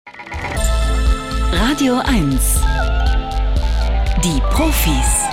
Radio 1. Die Profis.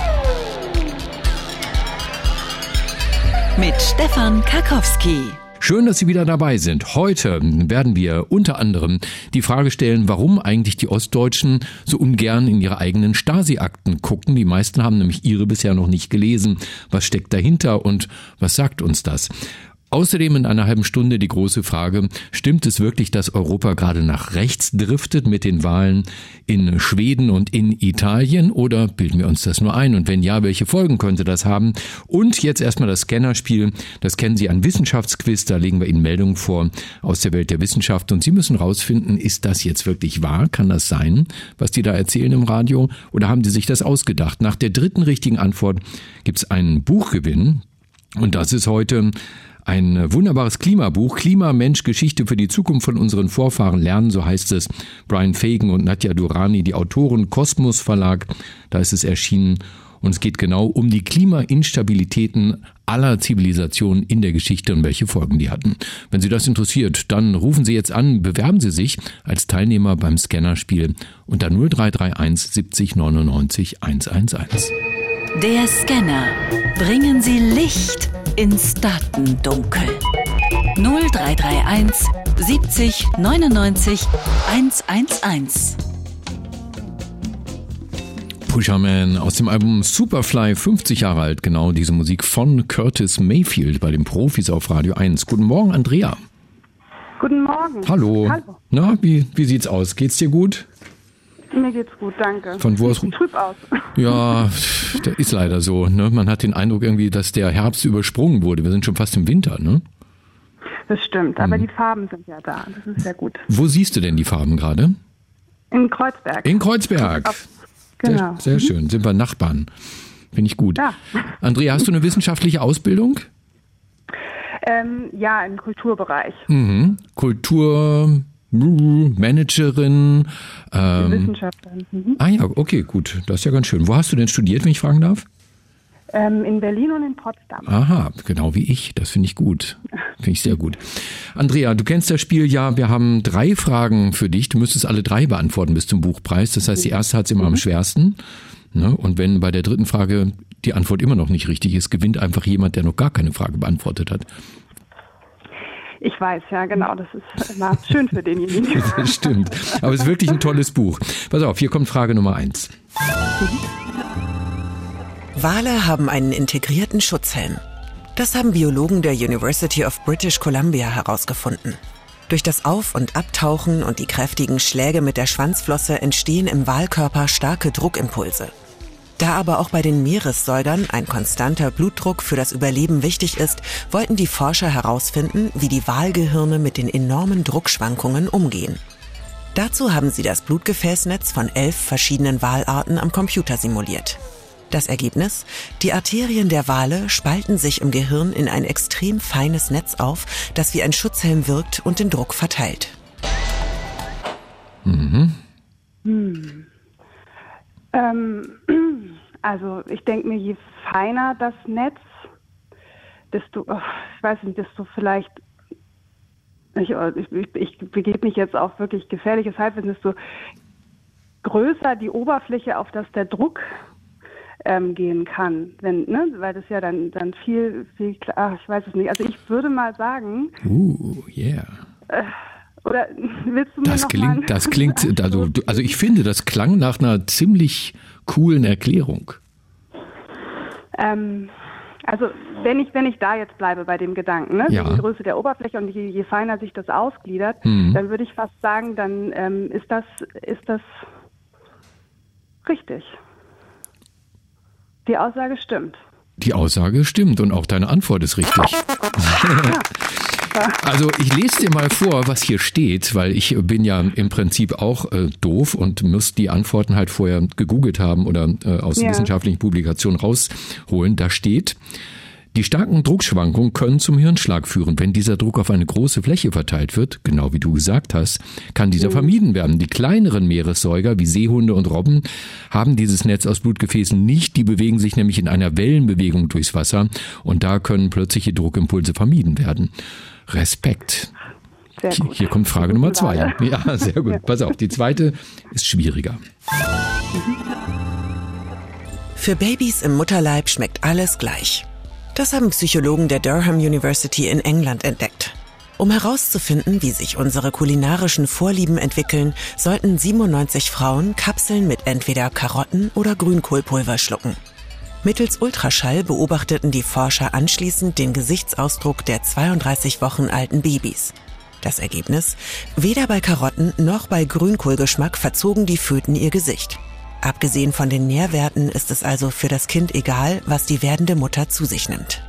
Mit Stefan Karkowski. Schön, dass Sie wieder dabei sind. Heute werden wir unter anderem die Frage stellen, warum eigentlich die Ostdeutschen so ungern in ihre eigenen Stasi-Akten gucken. Die meisten haben nämlich ihre bisher noch nicht gelesen. Was steckt dahinter und was sagt uns das? Außerdem in einer halben Stunde die große Frage, stimmt es wirklich, dass Europa gerade nach rechts driftet mit den Wahlen in Schweden und in Italien, oder bilden wir uns das nur ein? Und wenn ja, welche Folgen könnte das haben? Und jetzt erstmal das Scannerspiel, das kennen Sie, ein Wissenschaftsquiz, da legen wir Ihnen Meldungen vor aus der Welt der Wissenschaft und Sie müssen rausfinden, ist das jetzt wirklich wahr? Kann das sein, was die da erzählen im Radio? Oder haben die sich das ausgedacht? Nach der dritten richtigen Antwort gibt's einen Buchgewinn und das ist heute ein wunderbares Klimabuch, Klima, Mensch, Geschichte für die Zukunft von unseren Vorfahren lernen, so heißt es. Brian Fagan und Nadja Durrani, die Autoren, Kosmos Verlag, da ist es erschienen. Und es geht genau um die Klimainstabilitäten aller Zivilisationen in der Geschichte und welche Folgen die hatten. Wenn Sie das interessiert, dann rufen Sie jetzt an, bewerben Sie sich als Teilnehmer beim Scannerspiel unter 0331 70 99 111. Der Scanner. Bringen Sie Licht ins Datendunkel. 0331 70 99 111. Pusherman aus dem Album Superfly, 50 Jahre alt, genau diese Musik von Curtis Mayfield bei den Profis auf Radio 1. Guten Morgen, Andrea. Guten Morgen. Hallo. Na, wie sieht's aus? Geht's dir gut? Mir geht's gut, danke. Von wo aus? Sieht trüb aus. Ja, das ist leider so. Ne? Man hat den Eindruck irgendwie, dass der Herbst übersprungen wurde. Wir sind schon fast im Winter, ne? Das stimmt, aber die Farben sind ja da. Das ist sehr gut. Wo siehst du denn die Farben gerade? In Kreuzberg. In Kreuzberg. Genau. Sehr schön. Sind wir Nachbarn. Finde ich gut. Ja. Andrea, hast du eine wissenschaftliche Ausbildung? Ja, im Kulturbereich. Kulturmanagerin. Wissenschaftlerin. Ah ja, okay, gut. Das ist ja ganz schön. Wo hast du denn studiert, wenn ich fragen darf? In Berlin und in Potsdam. Aha, genau wie ich. Das finde ich gut. Finde ich sehr gut. Andrea, du kennst das Spiel ja. Wir haben 3 Fragen für dich. Du müsstest alle 3 beantworten bis zum Buchpreis. Das heißt, die erste hat es immer am schwersten. Ne? Und wenn bei der dritten Frage die Antwort immer noch nicht richtig ist, gewinnt einfach jemand, der noch gar keine Frage beantwortet hat. Ich weiß, ja, genau. Das ist immer schön für denjenigen. Das stimmt. Aber es ist wirklich ein tolles Buch. Pass auf, hier kommt Frage Nummer 1. Wale haben einen integrierten Schutzhelm. Das haben Biologen der University of British Columbia herausgefunden. Durch das Auf- und Abtauchen und die kräftigen Schläge mit der Schwanzflosse entstehen im Walkörper starke Druckimpulse. Da aber auch bei den Meeressäugern ein konstanter Blutdruck für das Überleben wichtig ist, wollten die Forscher herausfinden, wie die Walgehirne mit den enormen Druckschwankungen umgehen. Dazu haben sie das Blutgefäßnetz von 11 verschiedenen Walarten am Computer simuliert. Das Ergebnis? Die Arterien der Wale spalten sich im Gehirn in ein extrem feines Netz auf, das wie ein Schutzhelm wirkt und den Druck verteilt. Also ich denke mir, je feiner das Netz, desto vielleicht, ich begebe mich jetzt auf wirklich gefährliches Halbwissen, desto größer die Oberfläche, auf das der Druck gehen kann, weil das ja dann viel klar, ich weiß es nicht. Also ich würde mal sagen. Yeah. Oder willst du mir das klingt, also ich finde, das klang nach einer ziemlich coolen Erklärung. Also wenn ich da jetzt bleibe bei dem Gedanken, ja. Die Größe der Oberfläche und je feiner sich das ausgliedert, dann würde ich fast sagen, dann ist das richtig. Die Aussage stimmt. Die Aussage stimmt und auch deine Antwort ist richtig. Also ich lese dir mal vor, was hier steht, weil ich bin ja im Prinzip auch doof und muss die Antworten halt vorher gegoogelt haben oder aus wissenschaftlichen Publikationen rausholen. Da steht: Die starken Druckschwankungen können zum Hirnschlag führen. Wenn dieser Druck auf eine große Fläche verteilt wird, genau wie du gesagt hast, kann dieser vermieden werden. Die kleineren Meeressäuger wie Seehunde und Robben haben dieses Netz aus Blutgefäßen nicht. Die bewegen sich nämlich in einer Wellenbewegung durchs Wasser und da können plötzliche Druckimpulse vermieden werden. Respekt. Sehr gut. Hier kommt Frage Nummer 2. Ja, sehr gut. Pass auf, die zweite ist schwieriger. Für Babys im Mutterleib schmeckt alles gleich. Das haben Psychologen der Durham University in England entdeckt. Um herauszufinden, wie sich unsere kulinarischen Vorlieben entwickeln, sollten 97 Frauen Kapseln mit entweder Karotten- oder Grünkohlpulver schlucken. Mittels Ultraschall beobachteten die Forscher anschließend den Gesichtsausdruck der 32 Wochen alten Babys. Das Ergebnis? Weder bei Karotten noch bei Grünkohlgeschmack verzogen die Föten ihr Gesicht. Abgesehen von den Nährwerten ist es also für das Kind egal, was die werdende Mutter zu sich nimmt.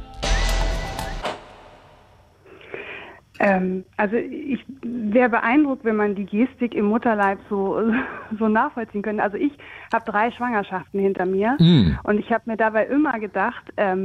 Also ich wäre beeindruckt, wenn man die Gestik im Mutterleib so nachvollziehen könnte. Also ich habe 3 Schwangerschaften hinter mir und ich habe mir dabei immer gedacht,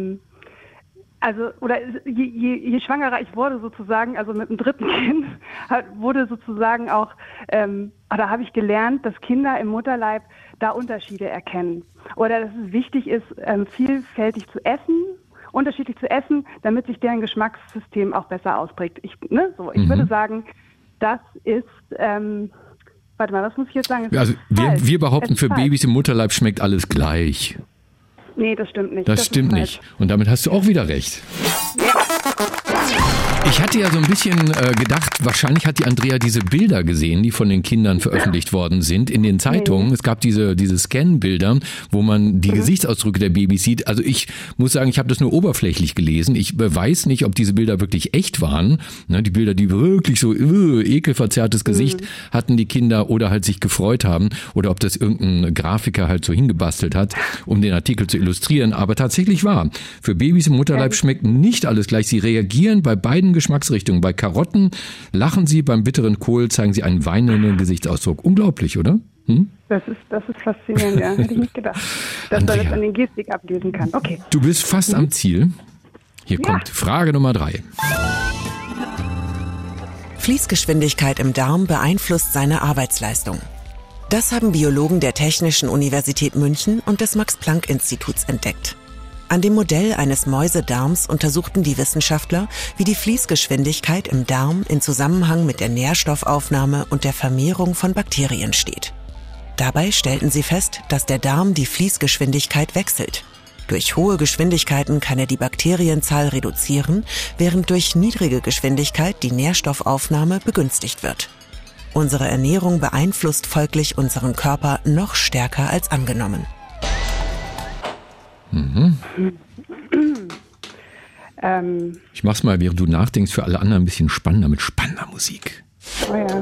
je schwangerer ich wurde sozusagen, also mit dem 3. Kind, wurde sozusagen auch, oder habe ich gelernt, dass Kinder im Mutterleib da Unterschiede erkennen. Oder dass es wichtig ist, vielfältig zu essen, unterschiedlich zu essen, damit sich deren Geschmackssystem auch besser ausprägt. Ich würde sagen, das ist, warte mal, was muss ich jetzt sagen? Also wir behaupten, für Babys im Mutterleib schmeckt alles gleich. Nee, das stimmt nicht. Das stimmt nicht. Und damit hast du auch wieder recht. Ja. Ich hatte ja so ein bisschen gedacht, wahrscheinlich hat die Andrea diese Bilder gesehen, die von den Kindern veröffentlicht worden sind in den Zeitungen. Es gab diese Scan-Bilder, wo man die Gesichtsausdrücke der Babys sieht. Also ich muss sagen, ich habe das nur oberflächlich gelesen. Ich weiß nicht, ob diese Bilder wirklich echt waren. Ne, die Bilder, die wirklich so ekelverzerrtes Gesicht hatten die Kinder oder halt sich gefreut haben. Oder ob das irgendein Grafiker halt so hingebastelt hat, um den Artikel zu illustrieren. Aber tatsächlich war, für Babys im Mutterleib schmeckt nicht alles gleich. Sie reagieren bei beiden Geschmacksrichtungen. Bei Karotten lachen sie, beim bitteren Kohl zeigen sie einen weinenden Gesichtsausdruck. Unglaublich, oder? Das ist faszinierend, ja. Hätte ich nicht gedacht, dass man das an den Gestik ablesen kann. Okay. Du bist fast am Ziel. Hier kommt Frage Nummer 3. Fließgeschwindigkeit im Darm beeinflusst seine Arbeitsleistung. Das haben Biologen der Technischen Universität München und des Max-Planck-Instituts entdeckt. An dem Modell eines Mäusedarms untersuchten die Wissenschaftler, wie die Fließgeschwindigkeit im Darm in Zusammenhang mit der Nährstoffaufnahme und der Vermehrung von Bakterien steht. Dabei stellten sie fest, dass der Darm die Fließgeschwindigkeit wechselt. Durch hohe Geschwindigkeiten kann er die Bakterienzahl reduzieren, während durch niedrige Geschwindigkeit die Nährstoffaufnahme begünstigt wird. Unsere Ernährung beeinflusst folglich unseren Körper noch stärker als angenommen. Ich mach's mal, während du nachdenkst, für alle anderen ein bisschen spannender mit spannender Musik. Oh ja.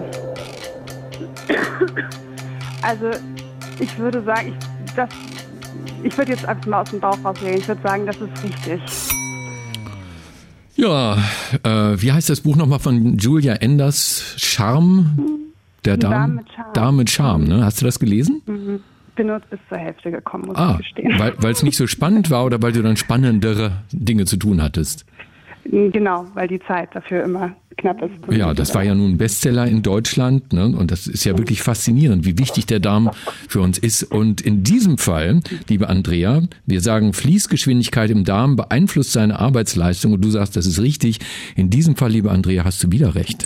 Also ich würde sagen, ich würde jetzt einfach mal aus dem Bauch rausgehen. Ich würde sagen, das ist richtig. Ja, wie heißt das Buch nochmal von Julia Enders? Charme? Der Darm mit Charme, ne? Hast du das gelesen? Bin nur bis zur Hälfte gekommen, muss ich gestehen. Weil es nicht so spannend war oder weil du dann spannendere Dinge zu tun hattest? Genau, weil die Zeit dafür immer knapp ist. Ja, das war ja nun ein Bestseller in Deutschland, ne? Und das ist ja wirklich faszinierend, wie wichtig der Darm für uns ist. Und in diesem Fall, liebe Andrea, wir sagen, Fließgeschwindigkeit im Darm beeinflusst seine Arbeitsleistung und du sagst, das ist richtig. In diesem Fall, liebe Andrea, hast du wieder recht.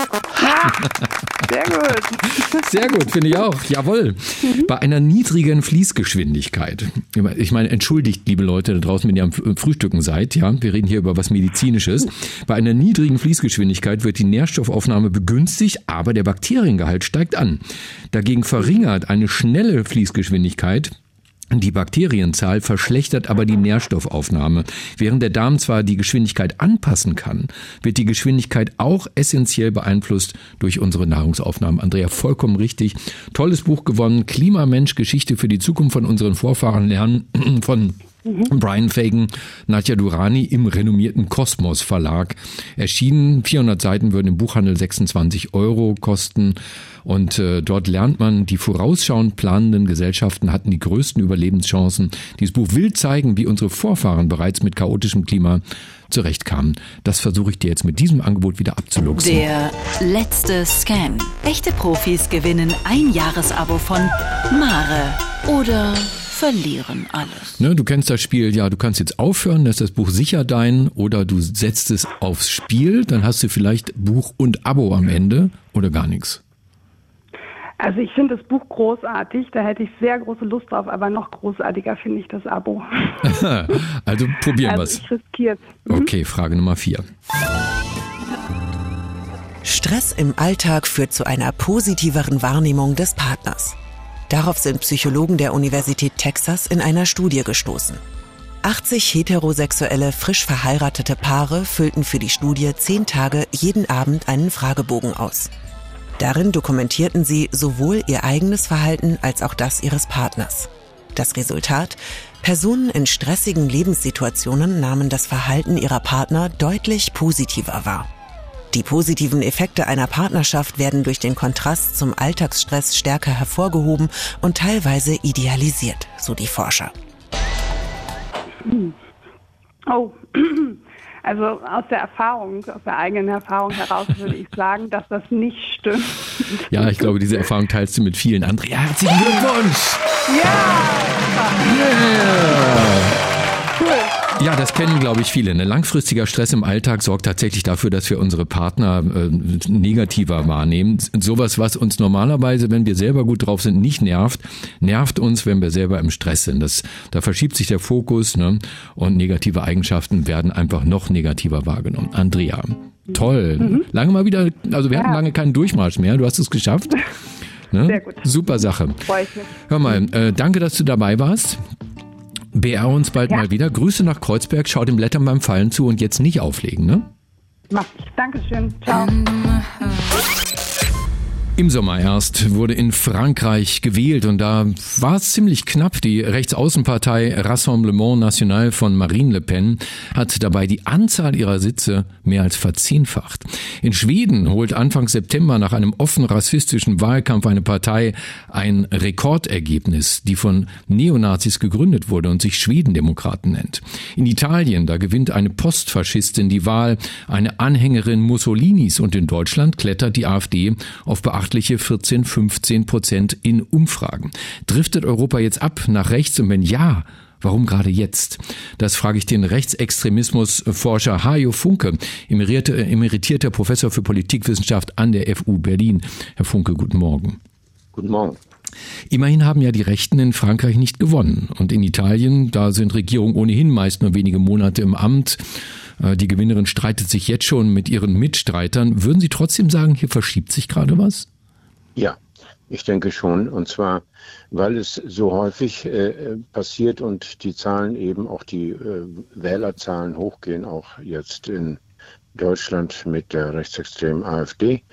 Sehr gut. Sehr gut, finde ich auch. Jawohl. Bei einer niedrigen Fließgeschwindigkeit. Ich meine, entschuldigt, liebe Leute da draußen, wenn ihr am Frühstücken seid. Ja, wir reden hier über was Medizinisches. Bei einer niedrigen Fließgeschwindigkeit wird die Nährstoffaufnahme begünstigt, aber der Bakteriengehalt steigt an. Dagegen verringert eine schnelle Fließgeschwindigkeit die Bakterienzahl, verschlechtert aber die Nährstoffaufnahme. Während der Darm zwar die Geschwindigkeit anpassen kann, wird die Geschwindigkeit auch essentiell beeinflusst durch unsere Nahrungsaufnahmen. Andrea, vollkommen richtig. Tolles Buch gewonnen. Klimamensch, Geschichte für die Zukunft von unseren Vorfahren lernen von Brian Fagan, Nadja Durrani im renommierten Kosmos Verlag erschienen. 400 Seiten würden im Buchhandel 26 € kosten. Und dort lernt man, die vorausschauend planenden Gesellschaften hatten die größten Überlebenschancen. Dieses Buch will zeigen, wie unsere Vorfahren bereits mit chaotischem Klima zurechtkamen. Das versuche ich dir jetzt mit diesem Angebot wieder abzuluxen. Der letzte Scan. Echte Profis gewinnen ein Jahresabo von Mare oder verlieren alles. Ne, du kennst das Spiel, ja, du kannst jetzt aufhören, dann ist das Buch sicher dein, oder du setzt es aufs Spiel, dann hast du vielleicht Buch und Abo am Ende oder gar nichts. Also ich finde das Buch großartig, da hätte ich sehr große Lust drauf, aber noch großartiger finde ich das Abo. Also probieren wir es. Ich riskiere es. Okay, Frage Nummer 4. Stress im Alltag führt zu einer positiveren Wahrnehmung des Partners. Darauf sind Psychologen der Universität Texas in einer Studie gestoßen. 80 heterosexuelle, frisch verheiratete Paare füllten für die Studie 10 Tage jeden Abend einen Fragebogen aus. Darin dokumentierten sie sowohl ihr eigenes Verhalten als auch das ihres Partners. Das Resultat? Personen in stressigen Lebenssituationen nahmen das Verhalten ihrer Partner deutlich positiver wahr. Die positiven Effekte einer Partnerschaft werden durch den Kontrast zum Alltagsstress stärker hervorgehoben und teilweise idealisiert, so die Forscher. Oh, also aus der eigenen Erfahrung heraus würde ich sagen, dass das nicht stimmt. Ja, ich glaube, diese Erfahrung teilst du mit vielen. Andrea, herzlichen Glückwunsch! Ja! Yeah! Cool. Ja, das kennen, glaube ich, viele. Langfristiger Stress im Alltag sorgt tatsächlich dafür, dass wir unsere Partner negativer wahrnehmen. Sowas, was uns normalerweise, wenn wir selber gut drauf sind, nicht nervt uns, wenn wir selber im Stress sind. Da verschiebt sich der Fokus, ne? Und negative Eigenschaften werden einfach noch negativer wahrgenommen. Andrea, toll. Lange mal wieder, also wir hatten lange keinen Durchmarsch mehr. Du hast es geschafft. Ne? Sehr gut. Super Sache. Freue ich mich. Hör mal, danke, dass du dabei warst. BR uns bald mal wieder. Grüße nach Kreuzberg, schau dem Blättern beim Fallen zu und jetzt nicht auflegen, ne? Mach ich. Dankeschön. Ciao. Im Sommer erst wurde in Frankreich gewählt und da war es ziemlich knapp. Die Rechtsaußenpartei Rassemblement National von Marine Le Pen hat dabei die Anzahl ihrer Sitze mehr als verzehnfacht. In Schweden holt Anfang September nach einem offen rassistischen Wahlkampf eine Partei ein Rekordergebnis, die von Neonazis gegründet wurde und sich Schwedendemokraten nennt. In Italien, da gewinnt eine Postfaschistin die Wahl, eine Anhängerin Mussolinis, und in Deutschland klettert die AfD auf beachtliche 14-15% in Umfragen. Driftet Europa jetzt ab nach rechts, und wenn ja, warum gerade jetzt? Das frage ich den Rechtsextremismusforscher Hajo Funke, emeritierter Professor für Politikwissenschaft an der FU Berlin. Herr Funke, guten Morgen. Guten Morgen. Immerhin haben ja die Rechten in Frankreich nicht gewonnen. Und in Italien, da sind Regierungen ohnehin meist nur wenige Monate im Amt. Die Gewinnerin streitet sich jetzt schon mit ihren Mitstreitern. Würden Sie trotzdem sagen, hier verschiebt sich gerade was? Ja, ich denke schon. Und zwar, weil es so häufig passiert und die Zahlen eben, auch die Wählerzahlen hochgehen, auch jetzt in Deutschland mit der rechtsextremen AfD.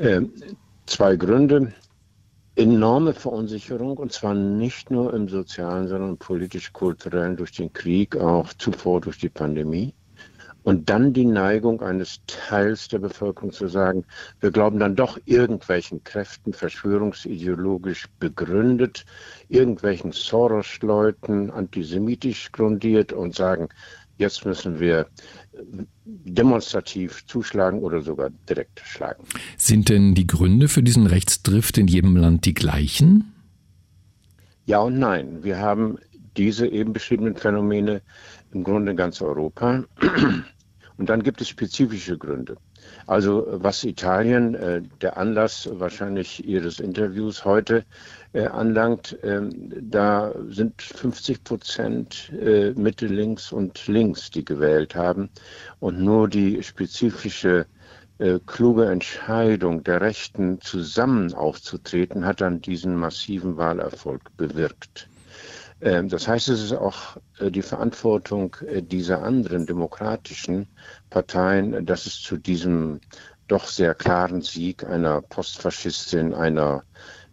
2 Gründe. Enorme Verunsicherung, und zwar nicht nur im sozialen, sondern politisch-kulturellen, durch den Krieg, auch zuvor durch die Pandemie. Und dann die Neigung eines Teils der Bevölkerung zu sagen, wir glauben dann doch irgendwelchen Kräften, verschwörungsideologisch begründet, irgendwelchen Soros-Leuten antisemitisch grundiert, und sagen, jetzt müssen wir demonstrativ zuschlagen oder sogar direkt schlagen. Sind denn die Gründe für diesen Rechtsdrift in jedem Land die gleichen? Ja und nein. Wir haben diese eben beschriebenen Phänomene im Grunde in ganz Europa. Und dann gibt es spezifische Gründe. Also was Italien, der Anlass wahrscheinlich Ihres Interviews heute anlangt, da sind 50% Mitte, links und links, die gewählt haben. Und nur die spezifische kluge Entscheidung der Rechten, zusammen aufzutreten, hat dann diesen massiven Wahlerfolg bewirkt. Das heißt, es ist auch die Verantwortung dieser anderen demokratischen Parteien, dass es zu diesem doch sehr klaren Sieg einer Postfaschistin, einer,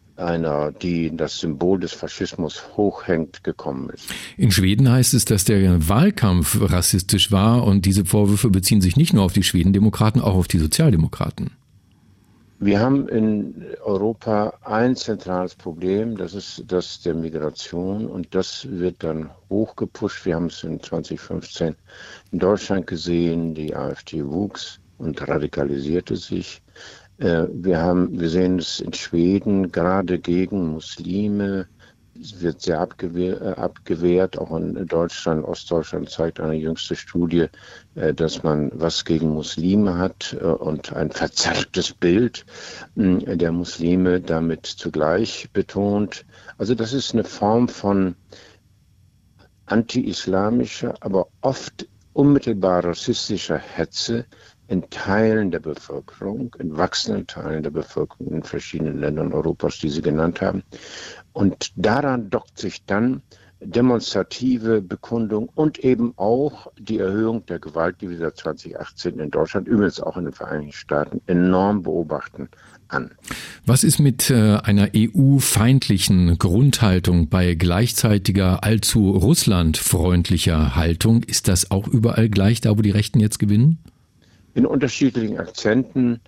die das Symbol des Faschismus hochhängt, gekommen ist. In Schweden heißt es, dass der Wahlkampf rassistisch war, und diese Vorwürfe beziehen sich nicht nur auf die Schwedendemokraten, auch auf die Sozialdemokraten. Wir haben in Europa ein zentrales Problem, das ist das der Migration, und das wird dann hochgepusht. Wir haben es in 2015 in Deutschland gesehen, die AfD wuchs und radikalisierte sich. Wir sehen es in Schweden, gerade gegen Muslime, wird sehr abgewehrt. Auch in Deutschland, Ostdeutschland zeigt eine jüngste Studie, dass man was gegen Muslime hat und ein verzerrtes Bild der Muslime damit zugleich betont. Also das ist eine Form von anti-islamischer, aber oft unmittelbar rassistischer Hetze in Teilen der Bevölkerung, in wachsenden Teilen der Bevölkerung in verschiedenen Ländern Europas, die Sie genannt haben. Und daran dockt sich dann demonstrative Bekundung und eben auch die Erhöhung der Gewalt, die wir seit 2018 in Deutschland, übrigens auch in den Vereinigten Staaten, enorm beobachten, an. Was ist mit einer EU-feindlichen Grundhaltung bei gleichzeitiger allzu russlandfreundlicher Haltung? Ist das auch überall gleich, da wo die Rechten jetzt gewinnen? In unterschiedlichen Akzenten,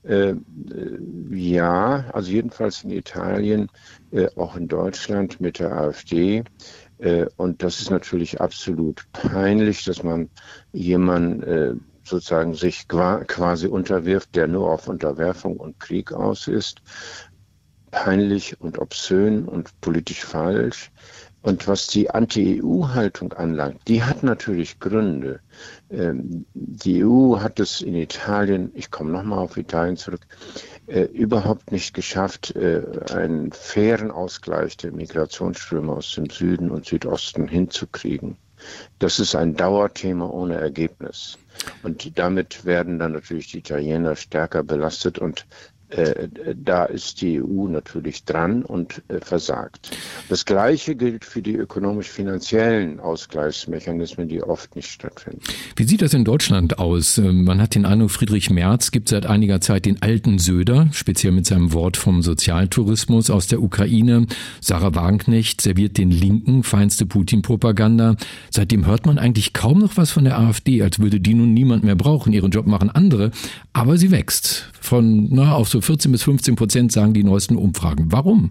ja, also jedenfalls in Italien, auch in Deutschland mit der AfD. Und das ist natürlich absolut peinlich, dass man jemanden sozusagen sich quasi unterwirft, der nur auf Unterwerfung und Krieg aus ist. Peinlich und obszön und politisch falsch. Und was die Anti-EU-Haltung anlangt, die hat natürlich Gründe. Die EU hat es in Italien, ich komme nochmal auf Italien zurück, überhaupt nicht geschafft, einen fairen Ausgleich der Migrationsströme aus dem Süden und Südosten hinzukriegen. Das ist ein Dauerthema ohne Ergebnis. Und damit werden dann natürlich die Italiener stärker belastet und da ist die EU natürlich dran und versagt. Das Gleiche gilt für die ökonomisch-finanziellen Ausgleichsmechanismen, die oft nicht stattfinden. Wie sieht das in Deutschland aus? Man hat den Eindruck, Friedrich Merz gibt seit einiger Zeit den alten Söder, speziell mit seinem Wort vom Sozialtourismus aus der Ukraine. Sarah Wagenknecht serviert den Linken feinste Putin-Propaganda. Seitdem hört man eigentlich kaum noch was von der AfD, als würde die nun niemand mehr brauchen. Ihren Job machen andere, aber sie wächst. Auf so 14-15% sagen die neuesten Umfragen. Warum?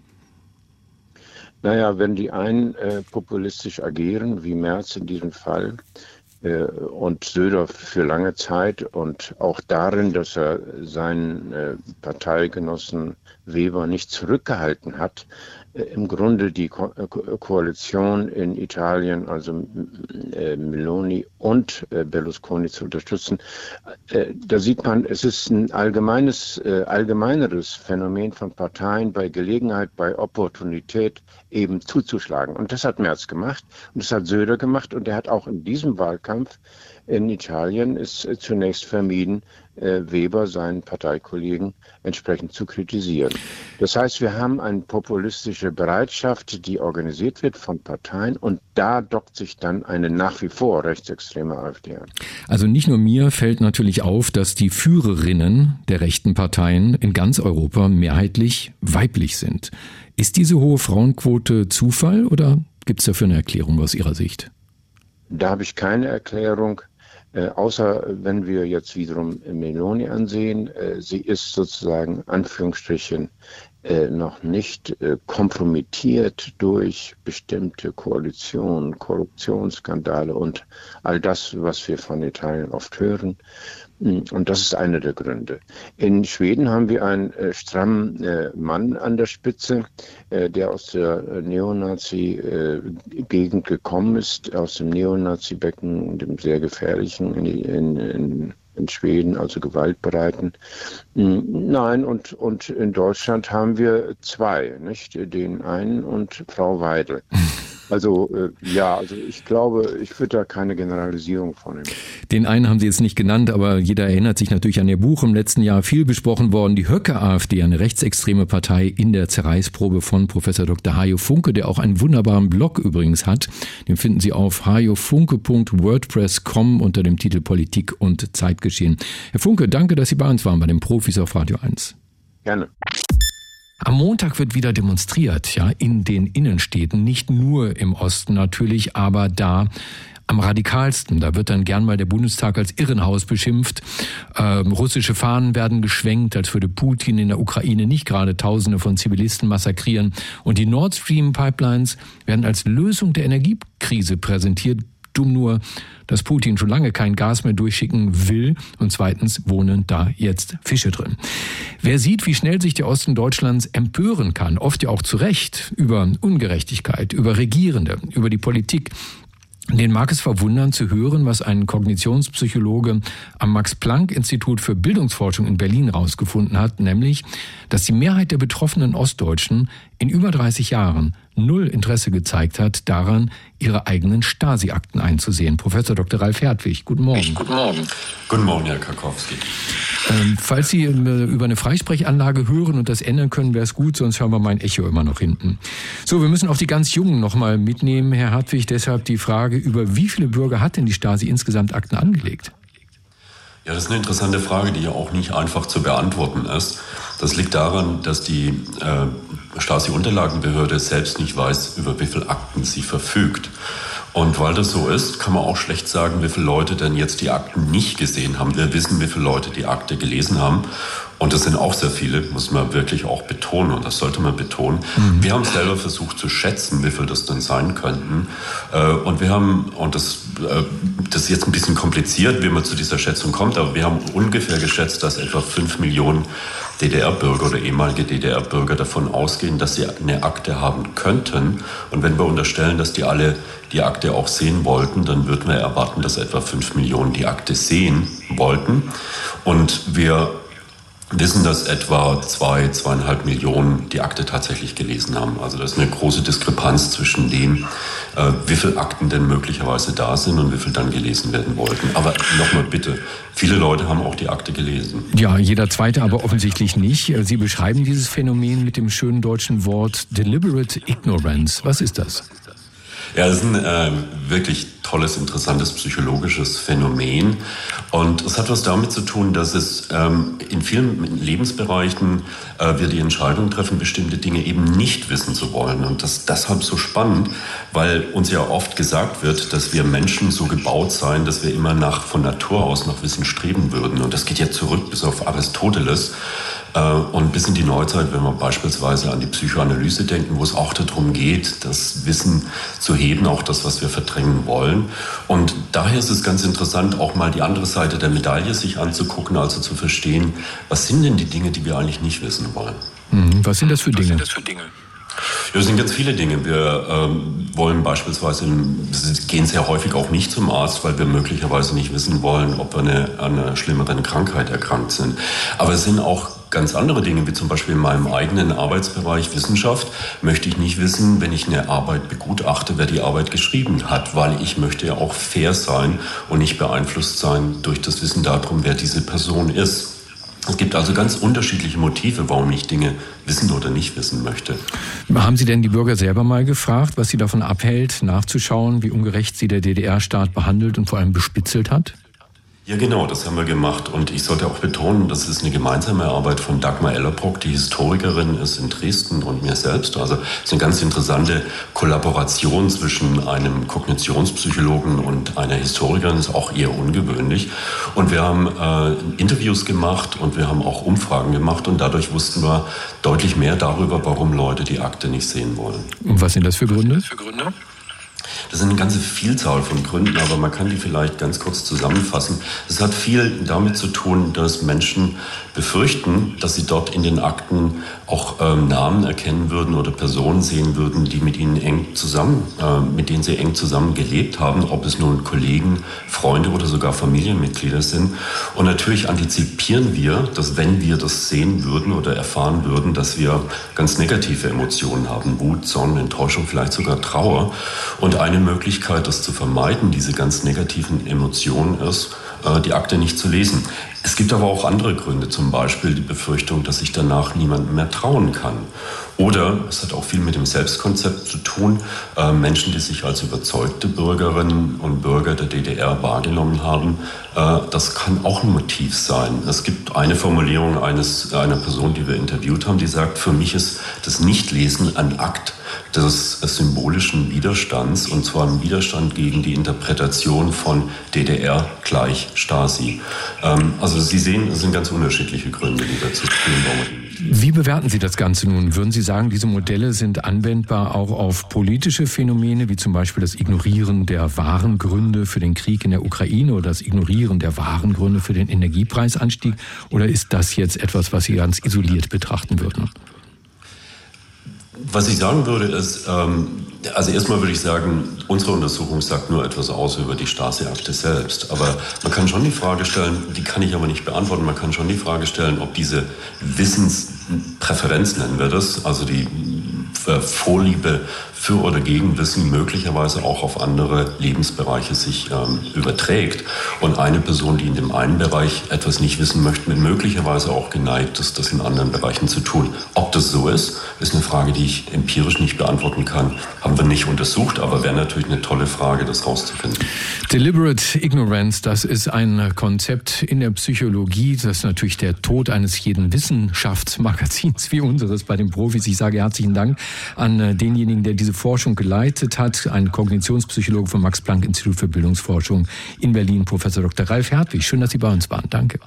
Naja, wenn die einen populistisch agieren, wie Merz in diesem Fall, und Söder für lange Zeit und auch darin, dass er seinen Parteigenossen Weber nicht zurückgehalten hat, im Grunde die Koalition in Italien, also Meloni und Berlusconi zu unterstützen. Da sieht man, es ist ein allgemeineres Phänomen von Parteien bei Gelegenheit, bei Opportunität eben zuzuschlagen. Und das hat Merz gemacht und das hat Söder gemacht und er hat auch in diesem Wahlkampf in Italien es zunächst vermieden, Weber, seinen Parteikollegen, entsprechend zu kritisieren. Das heißt, wir haben eine populistische Bereitschaft, die organisiert wird von Parteien und da dockt sich dann eine nach wie vor rechtsextreme AfD an. Also nicht nur mir fällt natürlich auf, dass die Führerinnen der rechten Parteien in ganz Europa mehrheitlich weiblich sind. Ist diese hohe Frauenquote Zufall oder gibt es dafür eine Erklärung aus Ihrer Sicht? Da habe ich keine Erklärung. Außer wenn wir jetzt wiederum Meloni ansehen, sie ist sozusagen Anführungsstrichen noch nicht kompromittiert durch bestimmte Koalitionen, Korruptionsskandale und all das, was wir von Italien oft hören. Und das ist einer der Gründe. In Schweden haben wir einen strammen Mann an der Spitze, der aus der Neonazi-Gegend gekommen ist, aus dem Neonazi-Becken, dem sehr gefährlichen in Schweden, also gewaltbereiten. Nein, und in Deutschland haben wir zwei, nicht? Den einen und Frau Weidel. Also ich glaube, ich würde da keine Generalisierung vornehmen. Den einen haben Sie jetzt nicht genannt, aber jeder erinnert sich natürlich an Ihr Buch, im letzten Jahr viel besprochen worden, die Höcke-AfD, eine rechtsextreme Partei in der Zerreißprobe von Professor Dr. Hajo Funke, der auch einen wunderbaren Blog übrigens hat. Den finden Sie auf hajofunke.wordpress.com unter dem Titel Politik und Zeitgeschehen. Herr Funke, danke, dass Sie bei uns waren, bei den Profis auf Radio 1. Gerne. Am Montag wird wieder demonstriert, ja, in den Innenstädten, nicht nur im Osten natürlich, aber da am radikalsten. Da wird dann gern mal der Bundestag als Irrenhaus beschimpft. Russische Fahnen werden geschwenkt, als würde Putin in der Ukraine nicht gerade Tausende von Zivilisten massakrieren. Und die Nord Stream Pipelines werden als Lösung der Energiekrise präsentiert dumm nur, dass Putin schon lange kein Gas mehr durchschicken will und zweitens wohnen da jetzt Fische drin. Wer sieht, wie schnell sich der Osten Deutschlands empören kann, oft ja auch zu Recht, über Ungerechtigkeit, über Regierende, über die Politik, den mag es verwundern zu hören, was ein Kognitionspsychologe am Max-Planck-Institut für Bildungsforschung in Berlin herausgefunden hat, nämlich, dass die Mehrheit der betroffenen Ostdeutschen in über 30 Jahren null Interesse gezeigt hat, daran, ihre eigenen Stasi-Akten einzusehen. Professor Dr. Ralf Hertwig, guten Morgen. Guten Morgen. Guten Morgen, Herr Karkowski. Falls Sie über eine Freisprechanlage hören und das ändern können, wäre es gut, sonst hören wir mein Echo immer noch hinten. So, wir müssen auch die ganz Jungen noch mal mitnehmen, Herr Hertwig. Deshalb die Frage, über wie viele Bürger hat denn die Stasi insgesamt Akten angelegt? Ja, das ist eine interessante Frage, die ja auch nicht einfach zu beantworten ist. Das liegt daran, dass die Stasi-Unterlagenbehörde selbst nicht weiß, über wie viele Akten sie verfügt. Und weil das so ist, kann man auch schlecht sagen, wie viele Leute denn jetzt die Akten nicht gesehen haben. Wir wissen, wie viele Leute die Akte gelesen haben. Und das sind auch sehr viele, muss man wirklich auch betonen. Und das sollte man betonen. Wir haben selber versucht zu schätzen, wie viel das denn sein könnten. Und wir haben, und das ist jetzt ein bisschen kompliziert, wie man zu dieser Schätzung kommt, aber wir haben ungefähr geschätzt, dass etwa 5 Millionen DDR-Bürger oder ehemalige DDR-Bürger davon ausgehen, dass sie eine Akte haben könnten. Und wenn wir unterstellen, dass die alle die Akte auch sehen wollten, dann würden wir erwarten, dass etwa 5 Millionen die Akte sehen wollten. Und wir wissen, dass etwa 2,5 Millionen die Akte tatsächlich gelesen haben. Also das ist eine große Diskrepanz zwischen dem, wie viele Akten denn möglicherweise da sind und wie viel dann gelesen werden wollten. Aber nochmal bitte, viele Leute haben auch die Akte gelesen. Ja, jeder Zweite aber offensichtlich nicht. Sie beschreiben dieses Phänomen mit dem schönen deutschen Wort Deliberate Ignorance. Was ist das? Ja, das ist ein wirklich tolles, interessantes psychologisches Phänomen. Und es hat was damit zu tun, dass es in vielen Lebensbereichen wir die Entscheidung treffen, bestimmte Dinge eben nicht wissen zu wollen. Und das ist deshalb so spannend, weil uns ja oft gesagt wird, dass wir Menschen so gebaut seien, dass wir immer von Natur aus nach Wissen streben würden. Und das geht ja zurück bis auf Aristoteles. Und bis in die Neuzeit, wenn wir beispielsweise an die Psychoanalyse denken, wo es auch darum geht, das Wissen zu heben, auch das, was wir verdrängen wollen. Und daher ist es ganz interessant, auch mal die andere Seite der Medaille sich anzugucken, also zu verstehen, was sind denn die Dinge, die wir eigentlich nicht wissen wollen. Was sind das für Dinge? Ja, es sind ganz viele Dinge. Wir wollen beispielsweise, gehen sehr häufig auch nicht zum Arzt, weil wir möglicherweise nicht wissen wollen, ob wir an einer schlimmeren Krankheit erkrankt sind. Aber es sind auch ganz andere Dinge, wie zum Beispiel in meinem eigenen Arbeitsbereich Wissenschaft, möchte ich nicht wissen, wenn ich eine Arbeit begutachte, wer die Arbeit geschrieben hat, weil ich möchte ja auch fair sein und nicht beeinflusst sein durch das Wissen darum, wer diese Person ist. Es gibt also ganz unterschiedliche Motive, warum ich Dinge wissen oder nicht wissen möchte. Haben Sie denn die Bürger selber mal gefragt, was sie davon abhält, nachzuschauen, wie ungerecht sie der DDR-Staat behandelt und vor allem bespitzelt hat? Ja, genau, das haben wir gemacht. Und ich sollte auch betonen, das ist eine gemeinsame Arbeit von Dagmar Ellerbrock, die Historikerin ist in Dresden, und mir selbst. Also es ist eine ganz interessante Kollaboration zwischen einem Kognitionspsychologen und einer Historikerin, ist auch eher ungewöhnlich. Und wir haben Interviews gemacht und wir haben auch Umfragen gemacht und dadurch wussten wir deutlich mehr darüber, warum Leute die Akte nicht sehen wollen. Und was sind das für Gründe? Das sind eine ganze Vielzahl von Gründen, aber man kann die vielleicht ganz kurz zusammenfassen. Es hat viel damit zu tun, dass Menschen befürchten, dass sie dort in den Akten auch Namen erkennen würden oder Personen sehen würden, die mit denen sie eng zusammen gelebt haben, ob es nun Kollegen, Freunde oder sogar Familienmitglieder sind. Und natürlich antizipieren wir, dass wenn wir das sehen würden oder erfahren würden, dass wir ganz negative Emotionen haben, Wut, Zorn, Enttäuschung, vielleicht sogar Trauer. Und eine Möglichkeit, das zu vermeiden, diese ganz negativen Emotionen, ist, die Akte nicht zu lesen. Es gibt aber auch andere Gründe, zum Beispiel die Befürchtung, dass ich danach niemandem mehr trauen kann. Oder es hat auch viel mit dem Selbstkonzept zu tun. Menschen, die sich als überzeugte Bürgerinnen und Bürger der DDR wahrgenommen haben, das kann auch ein Motiv sein. Es gibt eine Formulierung einer Person, die wir interviewt haben, die sagt, für mich ist das Nichtlesen ein Akt des symbolischen Widerstands, und zwar ein Widerstand gegen die Interpretation von DDR gleich Stasi. Also Sie sehen, es sind ganz unterschiedliche Gründe, die dazu führen, warum man die nicht Wie bewerten Sie das Ganze nun? Würden Sie sagen, diese Modelle sind anwendbar auch auf politische Phänomene, wie zum Beispiel das Ignorieren der wahren Gründe für den Krieg in der Ukraine oder das Ignorieren der wahren Gründe für den Energiepreisanstieg? Oder ist das jetzt etwas, was Sie ganz isoliert betrachten würden? Was ich sagen würde ist, also erstmal würde ich sagen, unsere Untersuchung sagt nur etwas aus über die Stasi-Akte selbst. Aber man kann schon die Frage stellen, die kann ich aber nicht beantworten, man kann schon die Frage stellen, ob diese Wissenspräferenz, nennen wir das, also die Vorliebe für oder gegen Wissen möglicherweise auch auf andere Lebensbereiche sich überträgt. Und eine Person, die in dem einen Bereich etwas nicht wissen möchte, möglicherweise auch geneigt ist, das in anderen Bereichen zu tun. Ob das so ist eine Frage, die ich empirisch nicht beantworten kann. Haben wir nicht untersucht, aber wäre natürlich eine tolle Frage, das rauszufinden. Deliberate Ignorance, das ist ein Konzept in der Psychologie. Das ist natürlich der Tod eines jeden Wissenschaftsmagazins wie unseres bei den Profis. Ich sage herzlichen Dank an denjenigen, der diese Forschung geleitet hat, ein Kognitionspsychologe vom Max-Planck-Institut für Bildungsforschung in Berlin, Professor Dr. Ralf Hertwig. Schön, dass Sie bei uns waren. Danke.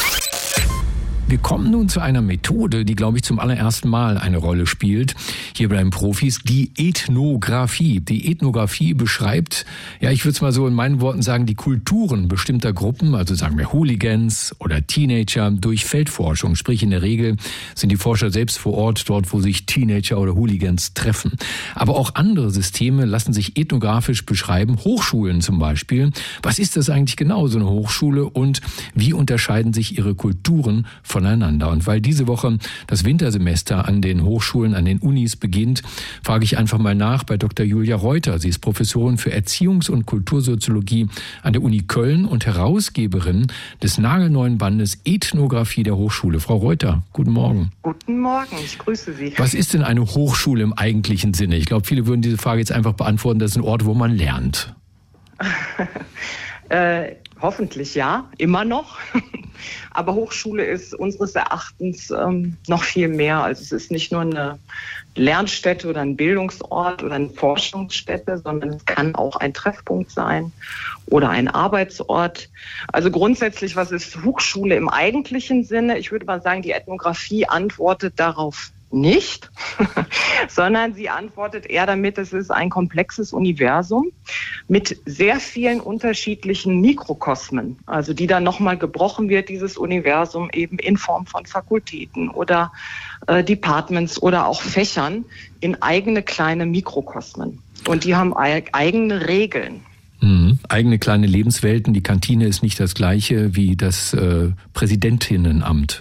Wir kommen nun zu einer Methode, die, glaube ich, zum allerersten Mal eine Rolle spielt. Hier bei den Profis, die Ethnographie. Die Ethnographie beschreibt, ja, ich würde es mal so in meinen Worten sagen, die Kulturen bestimmter Gruppen, also sagen wir Hooligans oder Teenager, durch Feldforschung. Sprich, in der Regel sind die Forscher selbst vor Ort, dort, wo sich Teenager oder Hooligans treffen. Aber auch andere Systeme lassen sich ethnografisch beschreiben. Hochschulen zum Beispiel. Was ist das eigentlich genau, so eine Hochschule? Und wie unterscheiden sich ihre Kulturen voneinander? Und weil diese Woche das Wintersemester an den Hochschulen, an den Unis beginnt, frage ich einfach mal nach bei Dr. Julia Reuter. Sie ist Professorin für Erziehungs- und Kultursoziologie an der Uni Köln und Herausgeberin des nagelneuen Bandes Ethnographie der Hochschule. Frau Reuter, guten Morgen. Guten Morgen, ich grüße Sie. Was ist denn eine Hochschule im eigentlichen Sinne? Ich glaube, viele würden diese Frage jetzt einfach beantworten, das ist ein Ort, wo man lernt. Hoffentlich ja, immer noch. Aber Hochschule ist unseres Erachtens noch viel mehr. Also es ist nicht nur eine Lernstätte oder ein Bildungsort oder eine Forschungsstätte, sondern es kann auch ein Treffpunkt sein oder ein Arbeitsort. Also grundsätzlich, was ist Hochschule im eigentlichen Sinne? Ich würde mal sagen, die Ethnographie antwortet darauf nicht, sondern sie antwortet eher damit, es ist ein komplexes Universum mit sehr vielen unterschiedlichen Mikrokosmen, also die dann nochmal gebrochen wird, dieses Universum eben in Form von Fakultäten oder Departments oder auch Fächern in eigene kleine Mikrokosmen. Und die haben eigene Regeln. Eigene kleine Lebenswelten. Die Kantine ist nicht das gleiche wie das Präsidentinnenamt.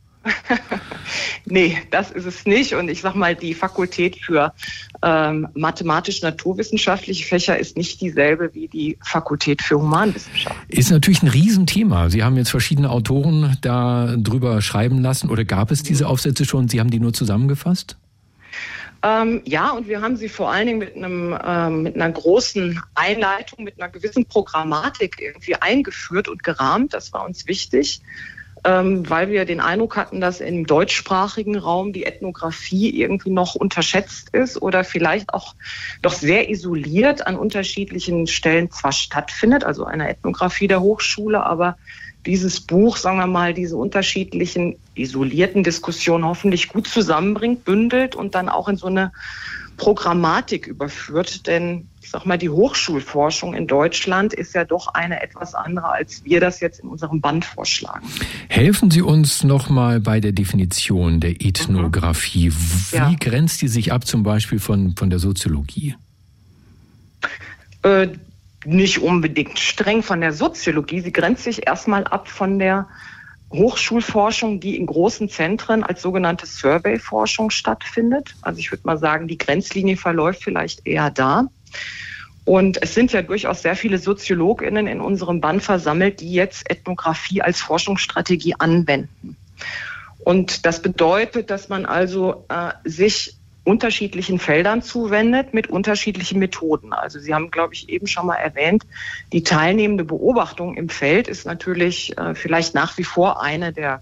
Nee, das ist es nicht. Und ich sag mal, die Fakultät für mathematisch-naturwissenschaftliche Fächer ist nicht dieselbe wie die Fakultät für Humanwissenschaften. Ist natürlich ein Riesenthema. Sie haben jetzt verschiedene Autoren da drüber schreiben lassen. Oder gab es diese Aufsätze schon? Sie haben die nur zusammengefasst? Ja, und wir haben sie vor allen Dingen mit einer großen Einleitung, mit einer gewissen Programmatik irgendwie eingeführt und gerahmt. Das war uns wichtig, weil wir den Eindruck hatten, dass im deutschsprachigen Raum die Ethnographie irgendwie noch unterschätzt ist oder vielleicht auch doch sehr isoliert an unterschiedlichen Stellen zwar stattfindet, also eine Ethnographie der Hochschule, aber dieses Buch, sagen wir mal, diese unterschiedlichen isolierten Diskussionen hoffentlich gut zusammenbringt, bündelt und dann auch in so eine Programmatik überführt. Denn ich sag mal, die Hochschulforschung in Deutschland ist ja doch eine etwas andere, als wir das jetzt in unserem Band vorschlagen. Helfen Sie uns nochmal bei der Definition der Ethnographie. Wie grenzt die sich ab zum Beispiel von der Soziologie? Nicht unbedingt streng von der Soziologie. Sie grenzt sich erstmal ab von der Hochschulforschung, die in großen Zentren als sogenannte Survey-Forschung stattfindet. Also ich würde mal sagen, die Grenzlinie verläuft vielleicht eher da. Und es sind ja durchaus sehr viele SoziologInnen in unserem Band versammelt, die jetzt Ethnographie als Forschungsstrategie anwenden. Und das bedeutet, dass man also sich unterschiedlichen Feldern zuwendet mit unterschiedlichen Methoden. Also Sie haben, glaube ich, eben schon mal erwähnt, die teilnehmende Beobachtung im Feld ist natürlich vielleicht nach wie vor eine der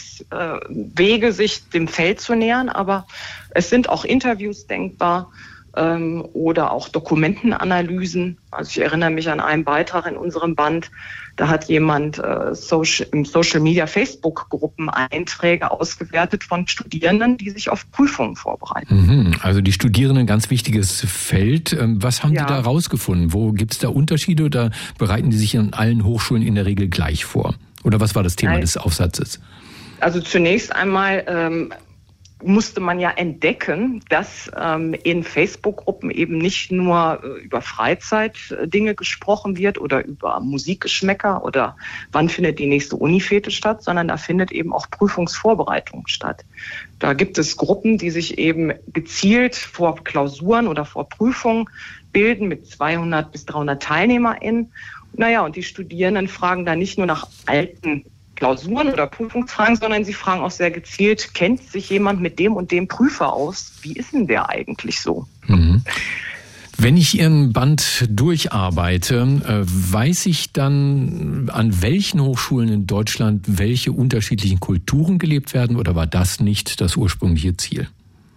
Königswege, sich dem Feld zu nähern, aber es sind auch Interviews denkbar, oder auch Dokumentenanalysen. Also ich erinnere mich an einen Beitrag in unserem Band, da hat jemand im Social Media Facebook-Gruppen Einträge ausgewertet von Studierenden, die sich auf Prüfungen vorbereiten. Also die Studierenden, ganz wichtiges Feld. Was haben die da rausgefunden? Wo gibt es da Unterschiede oder bereiten die sich an allen Hochschulen in der Regel gleich vor? Oder was war das Thema des Aufsatzes? Also zunächst einmal musste man ja entdecken, dass in Facebook-Gruppen eben nicht nur über Freizeitdinge gesprochen wird oder über Musikgeschmäcker oder wann findet die nächste Unifete statt, sondern da findet eben auch Prüfungsvorbereitung statt. Da gibt es Gruppen, die sich eben gezielt vor Klausuren oder vor Prüfungen bilden mit 200 bis 300 TeilnehmerInnen. Naja, und die Studierenden fragen da nicht nur nach alten Klausuren oder Prüfungsfragen, sondern sie fragen auch sehr gezielt, kennt sich jemand mit dem und dem Prüfer aus? Wie ist denn der eigentlich so? Wenn ich Ihren Band durcharbeite, weiß ich dann, an welchen Hochschulen in Deutschland welche unterschiedlichen Kulturen gelebt werden, oder war das nicht das ursprüngliche Ziel?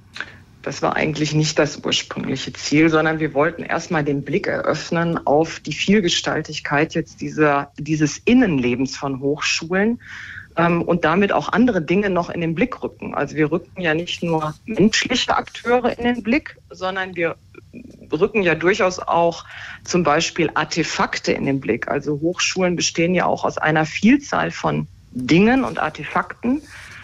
Das war eigentlich nicht das ursprüngliche Ziel, sondern wir wollten erstmal den Blick eröffnen auf die Vielgestaltigkeit jetzt dieses Innenlebens von Hochschulen und damit auch andere Dinge noch in den Blick rücken. Also wir rücken ja nicht nur menschliche Akteure in den Blick, sondern wir rücken ja durchaus auch zum Beispiel Artefakte in den Blick. Also Hochschulen bestehen ja auch aus einer Vielzahl von Dingen und Artefakten.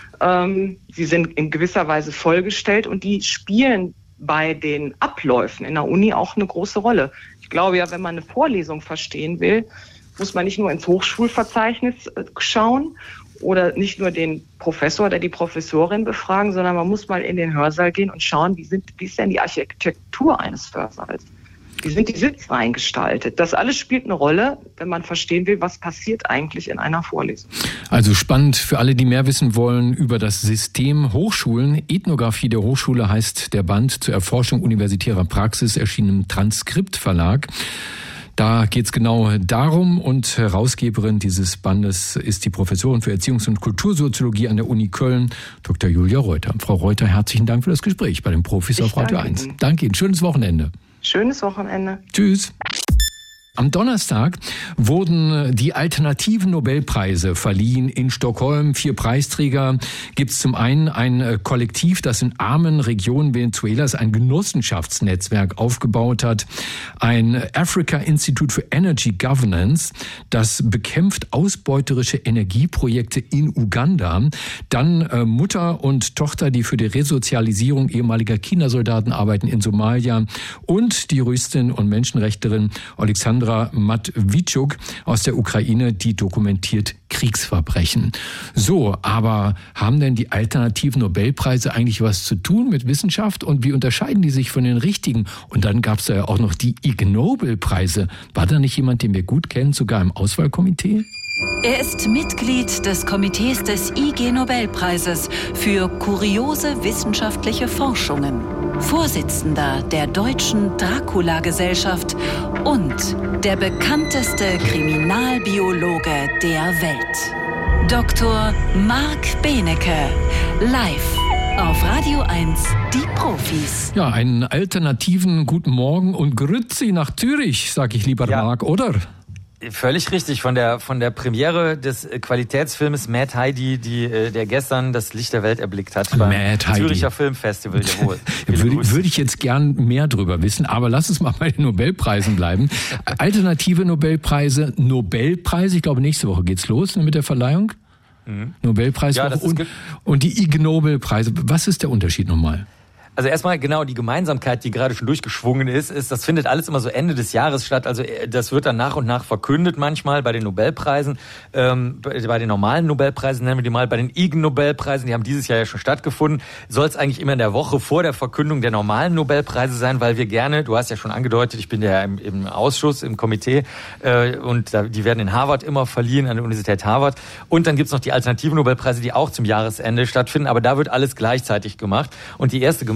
Sie sind in gewisser Weise vollgestellt und die spielen bei den Abläufen in der Uni auch eine große Rolle. Ich glaube ja, wenn man eine Vorlesung verstehen will, muss man nicht nur ins Hochschulverzeichnis schauen oder nicht nur den Professor oder die Professorin befragen, sondern man muss mal in den Hörsaal gehen und schauen, wie ist denn die Architektur eines Hörsaals? Wie sind die Sitzreihen gestaltet? Das alles spielt eine Rolle, wenn man verstehen will, was passiert eigentlich in einer Vorlesung. Also spannend für alle, die mehr wissen wollen über das System Hochschulen. Ethnographie der Hochschule heißt der Band zur Erforschung universitärer Praxis, erschienen im Transkriptverlag. Da geht's genau darum, und Herausgeberin dieses Bandes ist die Professorin für Erziehungs- und Kultursoziologie an der Uni Köln, Dr. Julia Reuter. Frau Reuter, herzlichen Dank für das Gespräch bei den Profis auf Radio 1. Danke Ihnen. Schönes Wochenende. Schönes Wochenende. Tschüss. Am Donnerstag wurden die alternativen Nobelpreise verliehen in Stockholm. 4 Preisträger gibt es. Zum einen ein Kollektiv, das in armen Regionen Venezuelas ein Genossenschaftsnetzwerk aufgebaut hat. Ein Africa Institute for Energy Governance, das bekämpft ausbeuterische Energieprojekte in Uganda. Dann Mutter und Tochter, die für die Resozialisierung ehemaliger Kindersoldaten arbeiten in Somalia. Und die Juristin und Menschenrechtlerin Alexandra Matwitschuk aus der Ukraine, die dokumentiert Kriegsverbrechen. So, aber haben denn die alternativen Nobelpreise eigentlich was zu tun mit Wissenschaft, und wie unterscheiden die sich von den richtigen? Und dann gab es da ja auch noch die Ig Nobel-Preise. War da nicht jemand, den wir gut kennen, sogar im Auswahlkomitee? Er ist Mitglied des Komitees des IG Nobelpreises für kuriose wissenschaftliche Forschungen, Vorsitzender der Deutschen Dracula-Gesellschaft und der bekannteste Kriminalbiologe der Welt. Dr. Marc Benecke, live auf Radio 1, die Profis. Ja, einen alternativen Guten Morgen und Grüezi nach Zürich, sag ich lieber, ja. Marc, oder? Völlig richtig. Von der Premiere des Qualitätsfilmes Mad Heidi, der gestern das Licht der Welt erblickt hat. Beim Züricher Filmfestival, jawohl. Würde ich jetzt gern mehr drüber wissen, aber lass uns mal bei den Nobelpreisen bleiben. Alternative Nobelpreise, ich glaube nächste Woche geht's los mit der Verleihung. Nobelpreiswoche und die Ig Nobelpreise. Was ist der Unterschied nochmal? Also erstmal genau die Gemeinsamkeit, die gerade schon durchgeschwungen ist, das findet alles immer so Ende des Jahres statt. Also das wird dann nach und nach verkündet manchmal bei den Nobelpreisen, bei den normalen Nobelpreisen nennen wir die mal, bei den Ig Nobelpreisen, die haben dieses Jahr ja schon stattgefunden, soll es eigentlich immer in der Woche vor der Verkündung der normalen Nobelpreise sein, weil wir gerne, du hast ja schon angedeutet, ich bin ja im Ausschuss, im Komitee und die werden in Harvard immer verliehen, an der Universität Harvard. Und dann gibt's noch die alternativen Nobelpreise, die auch zum Jahresende stattfinden, aber da wird alles gleichzeitig gemacht. Und die erste Gemeinsamkeit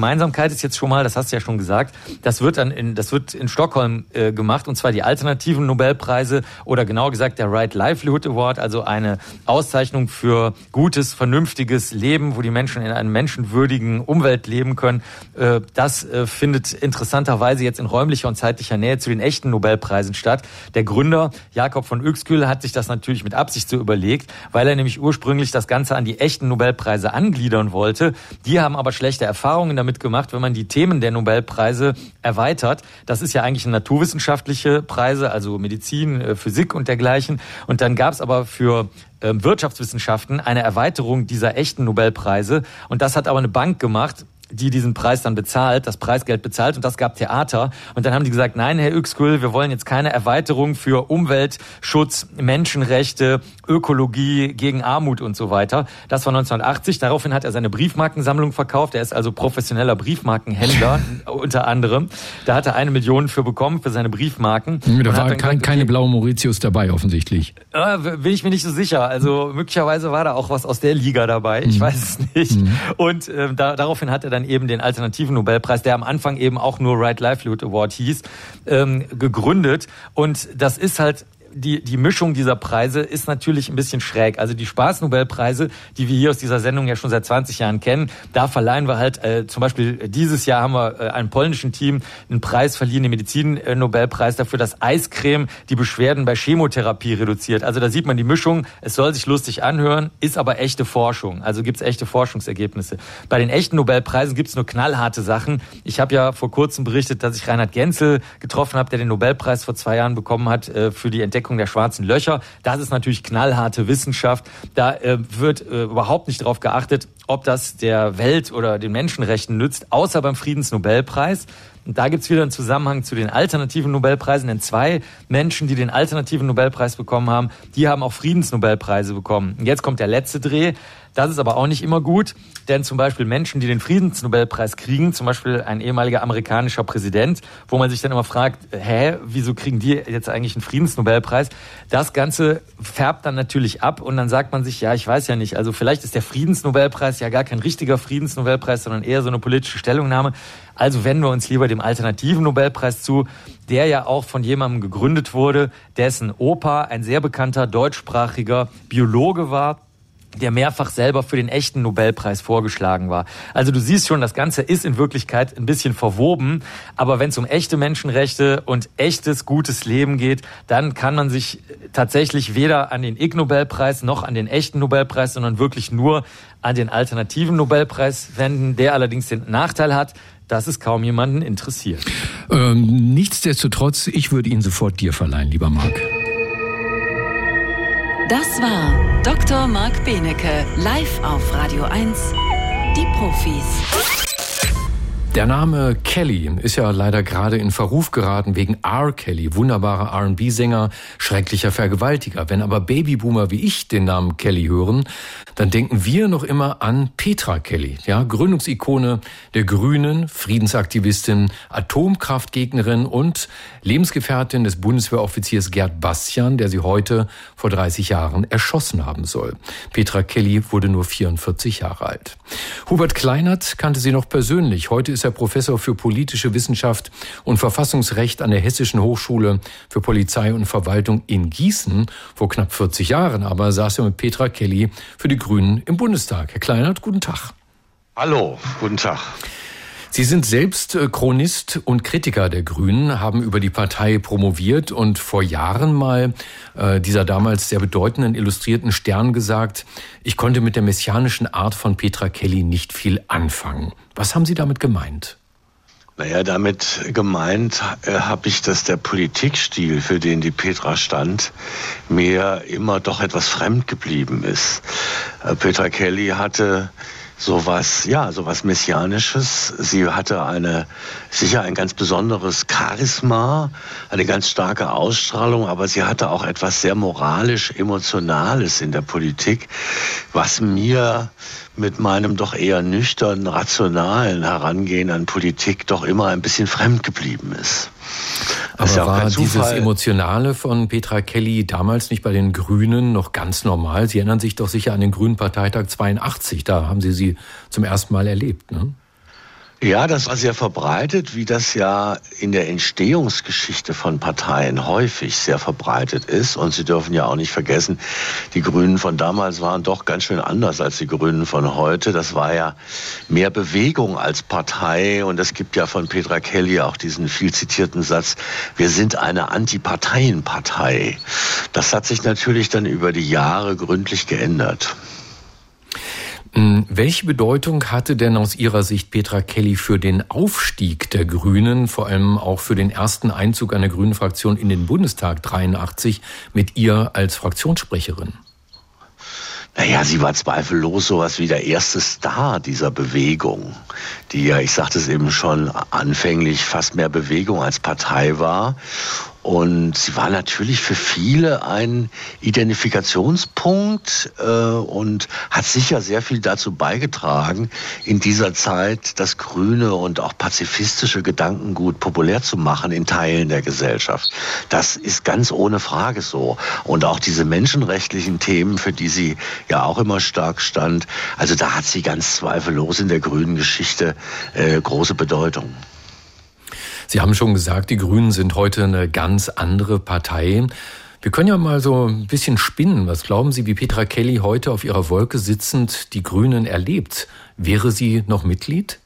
Gemeinsamkeit ist jetzt schon mal, das hast du ja schon gesagt, das wird in Stockholm gemacht, und zwar die alternativen Nobelpreise oder genauer gesagt der Right Livelihood Award, also eine Auszeichnung für gutes, vernünftiges Leben, wo die Menschen in einer menschenwürdigen Umwelt leben können. Das findet interessanterweise jetzt in räumlicher und zeitlicher Nähe zu den echten Nobelpreisen statt. Der Gründer Jakob von Uexküll hat sich das natürlich mit Absicht so überlegt, weil er nämlich ursprünglich das Ganze an die echten Nobelpreise angliedern wollte. Die haben aber schlechte Erfahrungen damit gemacht, wenn man die Themen der Nobelpreise erweitert. Das ist ja eigentlich eine naturwissenschaftliche Preise, also Medizin, Physik und dergleichen. Und dann gab es aber für Wirtschaftswissenschaften eine Erweiterung dieser echten Nobelpreise. Und das hat aber eine Bank gemacht, die diesen Preis dann bezahlt, das Preisgeld bezahlt, und das gab Theater. Und dann haben die gesagt, nein, Herr Uexküll, wir wollen jetzt keine Erweiterung für Umweltschutz, Menschenrechte, Ökologie, gegen Armut und so weiter. Das war 1980. Daraufhin hat er seine Briefmarkensammlung verkauft. Er ist also professioneller Briefmarkenhändler unter anderem. Da hat er 1 Million für bekommen, für seine Briefmarken. Da war keine blaue Mauritius dabei offensichtlich. Bin ich mir nicht so sicher. Also möglicherweise war da auch was aus der Liga dabei. Ich weiß es nicht. Und daraufhin hat er dann eben den alternativen Nobelpreis, der am Anfang eben auch nur Right Livelihood Award hieß, gegründet. Und das ist halt die Mischung dieser Preise ist natürlich ein bisschen schräg. Also die Spaß-Nobelpreise, die wir hier aus dieser Sendung ja schon seit 20 Jahren kennen, da verleihen wir halt, zum Beispiel dieses Jahr haben wir einem polnischen Team einen Preis verliehen, den Medizin-Nobelpreis dafür, dass Eiscreme die Beschwerden bei Chemotherapie reduziert. Also da sieht man die Mischung, es soll sich lustig anhören, ist aber echte Forschung. Also gibt's echte Forschungsergebnisse. Bei den echten Nobelpreisen gibt's nur knallharte Sachen. Ich habe ja vor kurzem berichtet, dass ich Reinhard Genzel getroffen habe, der den Nobelpreis vor 2 Jahren bekommen hat für die Entdeckung der schwarzen Löcher. Das ist natürlich knallharte Wissenschaft. Da wird überhaupt nicht darauf geachtet, ob das der Welt oder den Menschenrechten nützt, außer beim Friedensnobelpreis. Und da gibt's wieder einen Zusammenhang zu den alternativen Nobelpreisen, denn 2 Menschen, die den alternativen Nobelpreis bekommen haben, die haben auch Friedensnobelpreise bekommen. Und jetzt kommt der letzte Dreh. Das ist aber auch nicht immer gut, denn zum Beispiel Menschen, die den Friedensnobelpreis kriegen, zum Beispiel ein ehemaliger amerikanischer Präsident, wo man sich dann immer fragt, wieso kriegen die jetzt eigentlich einen Friedensnobelpreis? Das Ganze färbt dann natürlich ab und dann sagt man sich, ja, ich weiß ja nicht, also vielleicht ist der Friedensnobelpreis ja gar kein richtiger Friedensnobelpreis, sondern eher so eine politische Stellungnahme. Also wenden wir uns lieber dem alternativen Nobelpreis zu, der ja auch von jemandem gegründet wurde, dessen Opa ein sehr bekannter deutschsprachiger Biologe war, der mehrfach selber für den echten Nobelpreis vorgeschlagen war. Also du siehst schon, das Ganze ist in Wirklichkeit ein bisschen verwoben, aber wenn es um echte Menschenrechte und echtes, gutes Leben geht, dann kann man sich tatsächlich weder an den Ig-Nobelpreis noch an den echten Nobelpreis, sondern wirklich nur an den alternativen Nobelpreis wenden, der allerdings den Nachteil hat, dass es kaum jemanden interessiert. Nichtsdestotrotz, ich würde ihn sofort dir verleihen, lieber Marc. Das war Dr. Marc Benecke, live auf Radio 1, die Profis. Der Name Kelly ist ja leider gerade in Verruf geraten wegen R. Kelly, wunderbarer R&B-Sänger, schrecklicher Vergewaltiger. Wenn aber Babyboomer wie ich den Namen Kelly hören, dann denken wir noch immer an Petra Kelly, ja, Gründungsikone der Grünen, Friedensaktivistin, Atomkraftgegnerin und Lebensgefährtin des Bundeswehroffiziers Gerd Bastian, der sie heute vor 30 Jahren erschossen haben soll. Petra Kelly wurde nur 44 Jahre alt. Hubert Kleinert kannte sie noch persönlich. Heute ist er Professor für politische Wissenschaft und Verfassungsrecht an der Hessischen Hochschule für Polizei und Verwaltung in Gießen. Vor knapp 40 Jahren aber saß er mit Petra Kelly für die Grünen im Bundestag. Herr Kleinert, guten Tag. Hallo, guten Tag. Sie sind selbst Chronist und Kritiker der Grünen, haben über die Partei promoviert und vor Jahren mal dieser damals sehr bedeutenden illustrierten Stern gesagt, ich konnte mit der messianischen Art von Petra Kelly nicht viel anfangen. Was haben Sie damit gemeint? Naja, damit gemeint habe ich, dass der Politikstil, für den die Petra stand, mir immer doch etwas fremd geblieben ist. Petra Kelly hatte sowas Messianisches. Sie hatte sicher ein ganz besonderes Charisma, eine ganz starke Ausstrahlung, aber sie hatte auch etwas sehr moralisch-emotionales in der Politik, was mir mit meinem doch eher nüchtern, rationalen Herangehen an Politik doch immer ein bisschen fremd geblieben ist. Aber ja war dieses Emotionale von Petra Kelly damals nicht bei den Grünen noch ganz normal? Sie erinnern sich doch sicher an den Grünen Parteitag 82, da haben Sie zum ersten Mal erlebt, ne? Ja, das war sehr verbreitet, wie das ja in der Entstehungsgeschichte von Parteien häufig sehr verbreitet ist. Und Sie dürfen ja auch nicht vergessen, die Grünen von damals waren doch ganz schön anders als die Grünen von heute. Das war ja mehr Bewegung als Partei. Und es gibt ja von Petra Kelly auch diesen viel zitierten Satz, wir sind eine Antiparteienpartei. Das hat sich natürlich dann über die Jahre gründlich geändert. Welche Bedeutung hatte denn aus Ihrer Sicht Petra Kelly für den Aufstieg der Grünen, vor allem auch für den ersten Einzug einer grünen Fraktion in den Bundestag 83 mit ihr als Fraktionssprecherin? Naja, sie war zweifellos sowas wie der erste Star dieser Bewegung, die ja, ich sagte es eben schon, anfänglich fast mehr Bewegung als Partei war. Und sie war natürlich für viele ein Identifikationspunkt und hat sicher sehr viel dazu beigetragen, in dieser Zeit das grüne und auch pazifistische Gedankengut populär zu machen in Teilen der Gesellschaft. Das ist ganz ohne Frage so. Und auch diese menschenrechtlichen Themen, für die sie ja auch immer stark stand, also da hat sie ganz zweifellos in der grünen Geschichte große Bedeutung. Sie haben schon gesagt, die Grünen sind heute eine ganz andere Partei. Wir können ja mal so ein bisschen spinnen. Was glauben Sie, wie Petra Kelly heute auf ihrer Wolke sitzend die Grünen erlebt? Wäre sie noch Mitglied?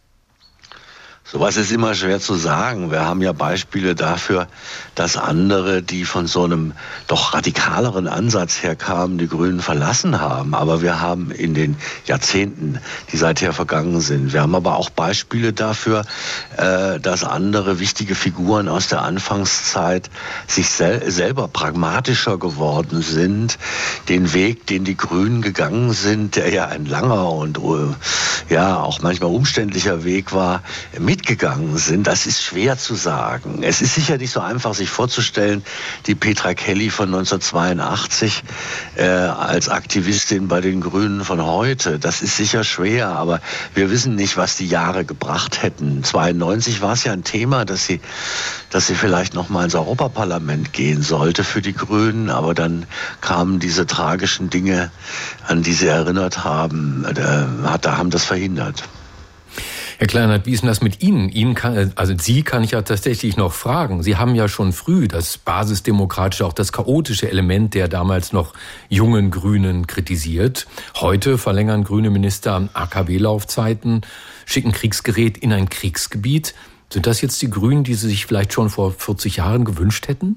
Sowas ist immer schwer zu sagen. Wir haben ja Beispiele dafür, dass andere, die von so einem doch radikaleren Ansatz herkamen, die Grünen verlassen haben. Aber wir haben in den Jahrzehnten, die seither vergangen sind, wir haben aber auch Beispiele dafür, dass andere wichtige Figuren aus der Anfangszeit sich selber pragmatischer geworden sind. Den Weg, den die Grünen gegangen sind, der ja ein langer und ja auch manchmal umständlicher Weg war, mitgegangen sind, das ist schwer zu sagen. Es ist sicher nicht so einfach, sich vorzustellen, die Petra Kelly von 1982 als Aktivistin bei den Grünen von heute. Das ist sicher schwer, aber wir wissen nicht, was die Jahre gebracht hätten. 92 war es ja ein Thema, dass sie vielleicht noch mal ins Europaparlament gehen sollte für die Grünen, aber dann kamen diese tragischen Dinge, an die Sie erinnert haben, haben das verhindert. Herr Kleinert, wie ist denn das mit Ihnen? Sie kann ich ja tatsächlich noch fragen. Sie haben ja schon früh das basisdemokratische, auch das chaotische Element der damals noch jungen Grünen kritisiert. Heute verlängern grüne Minister AKW-Laufzeiten, schicken Kriegsgerät in ein Kriegsgebiet. Sind das jetzt die Grünen, die Sie sich vielleicht schon vor 40 Jahren gewünscht hätten?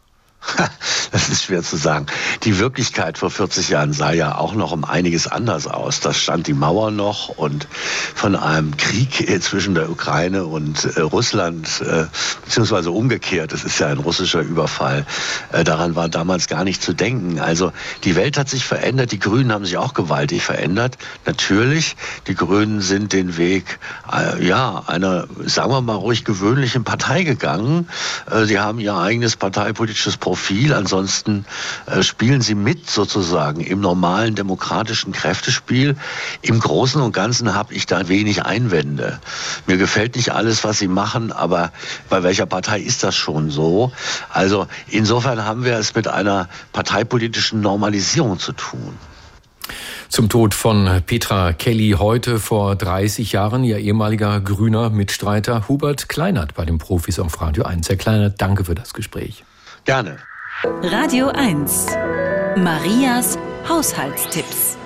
Das ist schwer zu sagen. Die Wirklichkeit vor 40 Jahren sah ja auch noch um einiges anders aus. Da stand die Mauer noch und von einem Krieg zwischen der Ukraine und Russland, beziehungsweise umgekehrt, es ist ja ein russischer Überfall, daran war damals gar nicht zu denken. Also die Welt hat sich verändert, die Grünen haben sich auch gewaltig verändert. Natürlich, die Grünen sind den Weg einer, sagen wir mal ruhig, gewöhnlichen Partei gegangen. Sie haben ihr eigenes parteipolitisches Profil. Ansonsten spielen sie mit sozusagen im normalen demokratischen Kräftespiel. Im Großen und Ganzen habe ich da wenig Einwände. Mir gefällt nicht alles, was sie machen, aber bei welcher Partei ist das schon so? Also insofern haben wir es mit einer parteipolitischen Normalisierung zu tun. Zum Tod von Petra Kelly heute vor 30 Jahren, ihr ehemaliger grüner Mitstreiter Hubert Kleinert bei den Profis auf Radio 1. Herr Kleinert, danke für das Gespräch. Gerne. Radio 1. Marias Haushaltstipps.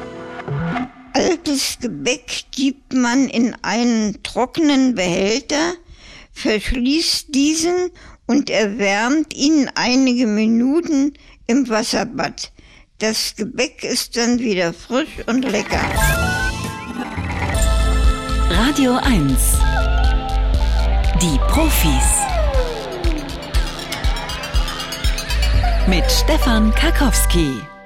Altes Gebäck gibt man in einen trockenen Behälter, verschließt diesen und erwärmt ihn einige Minuten im Wasserbad. Das Gebäck ist dann wieder frisch und lecker. Radio 1. Die Profis. Mit Stefan Karkowski.